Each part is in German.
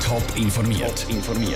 Top informiert.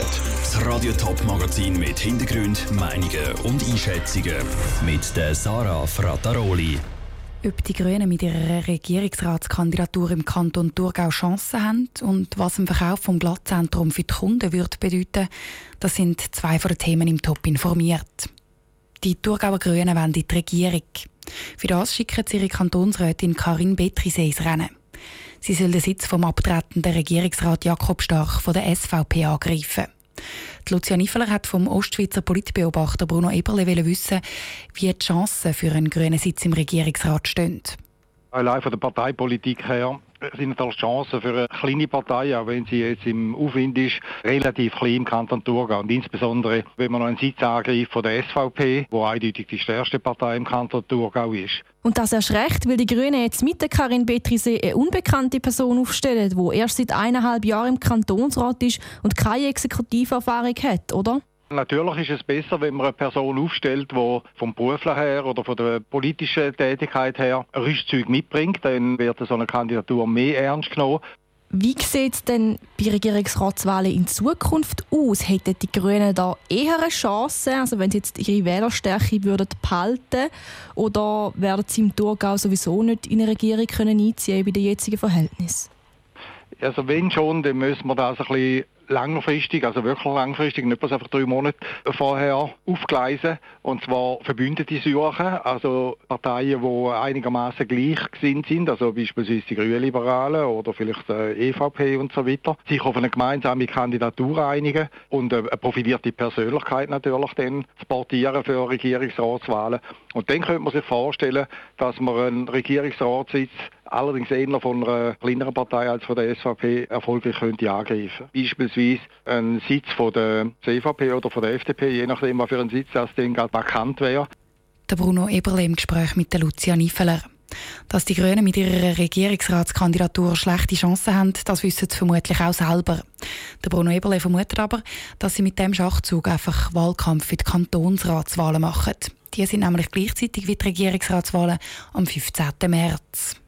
Das Radio Top Magazin mit Hintergrund, Meinungen und Einschätzungen mit der Sarah Frataroli. Ob die Grünen mit ihrer Regierungsratskandidatur im Kanton Thurgau Chancen haben und was ein Verkauf vom Glattzentrum für die Kunden würde bedeuten, das sind zwei von den Themen im Top informiert. Die Thurgauer Grünen wollen in die Regierung. Für das schicken sie ihre Kantonsrätin Karin Betrisee ins Rennen. Sie soll den Sitz vom abtretenden Regierungsrat Jakob Stark von der SVP angreifen. Die Lucia Niffeler hat vom Ostschweizer Politbeobachter Bruno Eberle wissen, wie die Chancen für einen grünen Sitz im Regierungsrat stehen. Allein von der Parteipolitik her sind natürlich Chancen für eine kleine Partei, auch wenn sie jetzt im Aufwind ist, relativ klein im Kanton Thurgau. Und insbesondere, wenn man noch einen Sitz angreift von der SVP, die eindeutig die stärkste Partei im Kanton Thurgau ist. Und das erst recht, weil die Grünen jetzt mit der Karin Betrisee eine unbekannte Person aufstellen, die erst seit 1,5 Jahren im Kantonsrat ist und keine Exekutiverfahrung hat, oder? Natürlich ist es besser, wenn man eine Person aufstellt, die vom beruflichen her oder von der politischen Tätigkeit her Rüstzeug mitbringt. Dann wird so eine Kandidatur mehr ernst genommen. Wie sieht es denn bei Regierungsratswahlen in Zukunft aus? Hätten die Grünen da eher eine Chance, also wenn sie jetzt ihre Wählerstärke würden behalten, oder werden sie im Thurgau sowieso nicht in eine Regierung einziehen bei den jetzigen Verhältnissen? Also wenn schon, dann müssen wir das ein bisschen langfristig, also wirklich langfristig, nicht bloß einfach 3 Monate vorher aufgleisen, und zwar Verbündete suchen, also Parteien, die einigermaßen gleich gesinnt sind, also beispielsweise die Grünliberalen oder vielleicht die EVP und so weiter, sich auf eine gemeinsame Kandidatur einigen und eine profilierte Persönlichkeit natürlich dann zu portieren für Regierungsratswahlen. Und dann könnte man sich vorstellen, dass man einen Regierungsratssitz allerdings eher von einer kleineren Partei als von der SVP erfolgreich könnte angreifen. Beispielsweise ein Sitz von der CVP oder von der FDP, je nachdem, was für ein Sitz das dann gerade vakant wäre. Der Bruno Eberle im Gespräch mit der Lucia Niffeler. Dass die Grünen mit ihrer Regierungsratskandidatur schlechte Chancen haben, das wissen sie vermutlich auch selber. Der Bruno Eberle vermutet aber, dass sie mit dem Schachzug einfach Wahlkampf für die Kantonsratswahlen machen. Die sind nämlich gleichzeitig wie die Regierungsratswahlen am 15. März.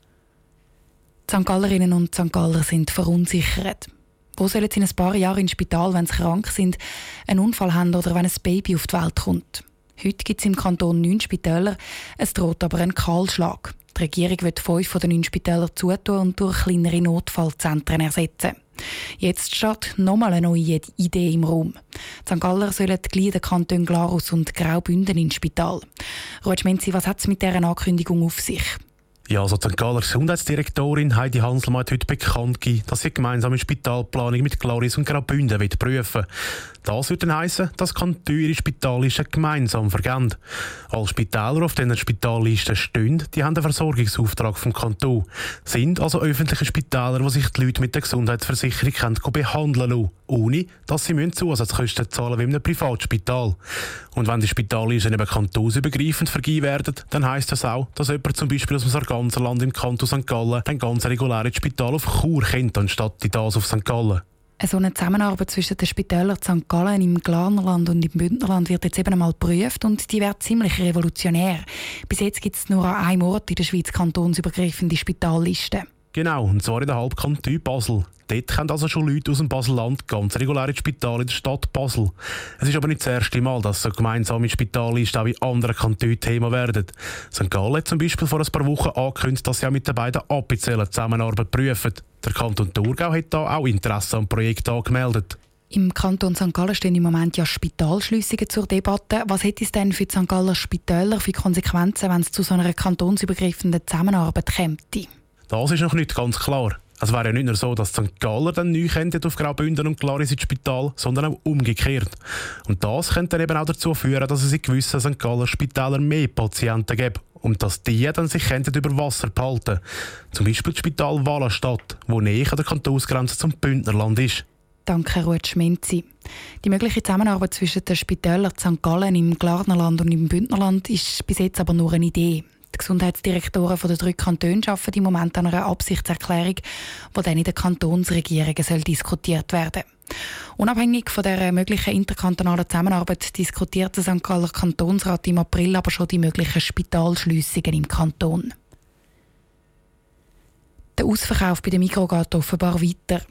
Die St. Gallerinnen und St. Galler sind verunsichert. Wo sollen sie in ein paar Jahren ins Spital, wenn sie krank sind, einen Unfall haben oder wenn ein Baby auf die Welt kommt? Heute gibt es im Kanton 9 Spitäler, es droht aber ein Kahlschlag. Die Regierung will 5 von den 9 Spitälern zutun und durch kleinere Notfallzentren ersetzen. Jetzt steht nochmal eine neue Idee im Raum. Die St. Galler sollen gleich den Kanton Glarus und Graubünden ins Spital. Ruud Schmenzi, was hat es mit dieser Ankündigung auf sich? Ja, also die St. Galler Gesundheitsdirektorin Heidi Hanselmann hat heute bekannt gegeben, dass sie gemeinsam eine Spitalplanung mit Glaris und Graubünden prüfen will. Das würde dann heissen, dass Kantone ihre Spitallisten gemeinsam vergeben. Alle Spitäler, auf denen Spitallisten stehen, die haben einen Versorgungsauftrag vom Kanton. Sind also öffentliche Spitäler, wo sich die Leute mit der Gesundheitsversicherung behandeln lassen, ohne dass sie Zusatzkosten zahlen wie in einem Privatspital. Und wenn die Spitallisten eben kantonsübergreifend vergeben werden, dann heisst das auch, dass jemand zum Beispiel aus dem Sarganserland im Kanton St. Gallen ein ganz reguläres Spital auf Chur kennt, anstatt in das auf St. Gallen. So eine Zusammenarbeit zwischen den Spitälern St. Gallen im Glarnerland und im Bündnerland wird jetzt eben einmal geprüft und die wird ziemlich revolutionär. Bis jetzt gibt es nur an einem Ort in der Schweiz kantonsübergreifende Spitallisten. Genau, und zwar in der Halbkanton Basel. Dort kommen also schon Leute aus dem Baselland ganz regulär ins Spital in der Stadt Basel. Es ist aber nicht das erste Mal, dass so gemeinsame Spitallisten auch in anderen Kantonen Thema werden. St. Gallen hat zum Beispiel vor ein paar Wochen angekündigt, dass sie auch mit den beiden Appenzellen Zusammenarbeit prüfen. Der Kanton Thurgau hat da auch Interesse am Projekt angemeldet. Im Kanton St. Gallen stehen im Moment ja Spitalschliessungen zur Debatte. Was hätte es denn für die St. Galler Spitäler für Konsequenzen, wenn es zu so einer kantonsübergreifenden Zusammenarbeit käme? Das ist noch nicht ganz klar. Es wäre ja nicht nur so, dass die St. Galler dann neu auf Graubünden und Glaris ins Spital, sondern auch umgekehrt. Und das könnte dann eben auch dazu führen, dass es in gewissen St. Galler Spitälern mehr Patienten gibt und dass die dann sich über Wasser behalten. Zum Beispiel das Spital Wallenstadt, das näher an der Kantonsgrenze zum Bündnerland ist. Danke, Ruud Schmenzi. Die mögliche Zusammenarbeit zwischen den Spitälern St. Gallen im Glarnerland und im Bündnerland ist bis jetzt aber nur eine Idee. Die Gesundheitsdirektoren der 3 Kantone arbeiten im Moment an einer Absichtserklärung, die dann in den Kantonsregierungen diskutiert werden soll. Unabhängig von der möglichen interkantonalen Zusammenarbeit diskutiert der St. Galler Kantonsrat im April aber schon die möglichen Spitalschliessungen im Kanton. Der Ausverkauf bei der Migros geht offenbar weiter.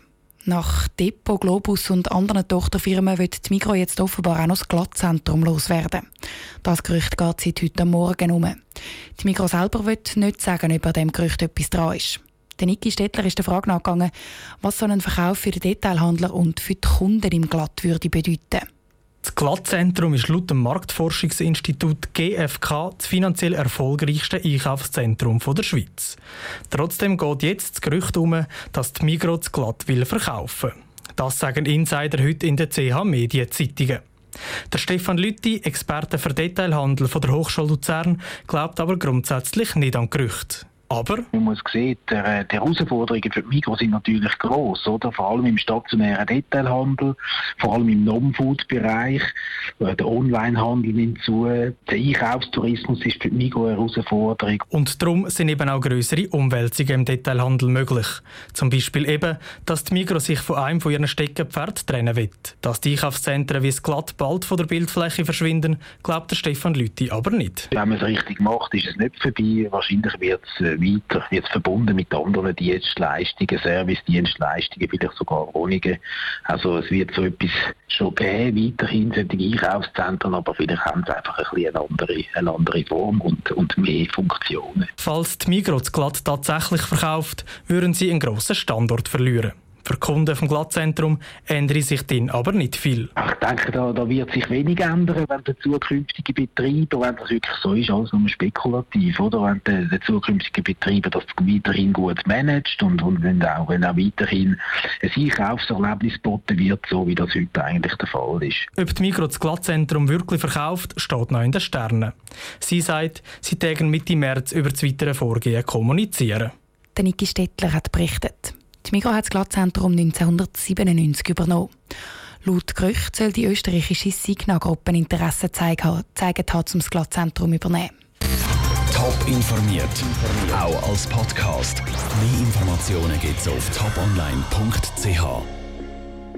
Nach Depot, Globus und anderen Tochterfirmen wird die Migros jetzt offenbar auch noch das Glattzentrum loswerden. Das Gerücht geht seit heute Morgen um. Die Migros selber will nicht sagen, ob an diesem Gerücht etwas dran ist. Der Niki Stettler ist der Frage nachgegangen, was so ein Verkauf für den Detailhandler und für die Kunden im Glatt würde bedeuten. Das Glattzentrum ist laut dem Marktforschungsinstitut GfK das finanziell erfolgreichste Einkaufszentrum der Schweiz. Trotzdem geht jetzt das Gerücht um, dass die Migros das Glatt will verkaufen. Das sagen Insider heute in den CH Medienzeitungen. Der Stefan Lütti, Experte für Detailhandel von der Hochschule Luzern, glaubt aber grundsätzlich nicht an Gerüchte. Aber man muss sehen, die Herausforderungen für die Migros sind natürlich gross, oder? Vor allem im stationären Detailhandel, vor allem im Non-Food-Bereich, der Onlinehandel nimmt zu. Der Einkaufstourismus ist für die Migros eine Herausforderung. Und darum sind eben auch grössere Umwälzungen im Detailhandel möglich. Zum Beispiel eben, dass die Migros sich von einem von ihren Steckenpferden trennen will. Dass die Einkaufszentren wie das Glatt bald von der Bildfläche verschwinden, glaubt der Stefan Lüthi aber nicht. Wenn man es richtig macht, ist es nicht vorbei. Wahrscheinlich wird es weiter, jetzt verbunden mit anderen Dienstleistungen, Service-Dienstleistungen, vielleicht sogar Wohnungen. Also es wird so etwas schon geben, weiterhin solche Einkaufszentren, aber vielleicht haben sie einfach ein bisschen eine andere Form und mehr Funktionen. Falls die Migros das Glatt tatsächlich verkauft, würden sie einen grossen Standort verlieren. Für die Kunden vom Glattzentrum ändere sich dann aber nicht viel. Ich denke, da wird sich wenig ändern, wenn der zukünftige Betreiber, wenn das wirklich so ist, alles nur spekulativ, oder? Wenn der zukünftige Betreiber das weiterhin gut managt und wenn auch weiterhin ein Einkaufserlebnis geboten wird, so wie das heute eigentlich der Fall ist. Ob die Migros das Glattzentrum wirklich verkauft, steht noch in den Sternen. Sie sagt, sie tägen Mitte März über das weitere Vorgehen kommunizieren. Der Niki Stettler hat berichtet. Die Migros hat das Glattzentrum 1997 übernommen. Laut Gerücht soll die österreichische Signa-Gruppe Interesse gezeigt haben, um das Glattzentrum zu übernehmen. Top informiert, auch als Podcast. Mehr Informationen gibt es auf toponline.ch.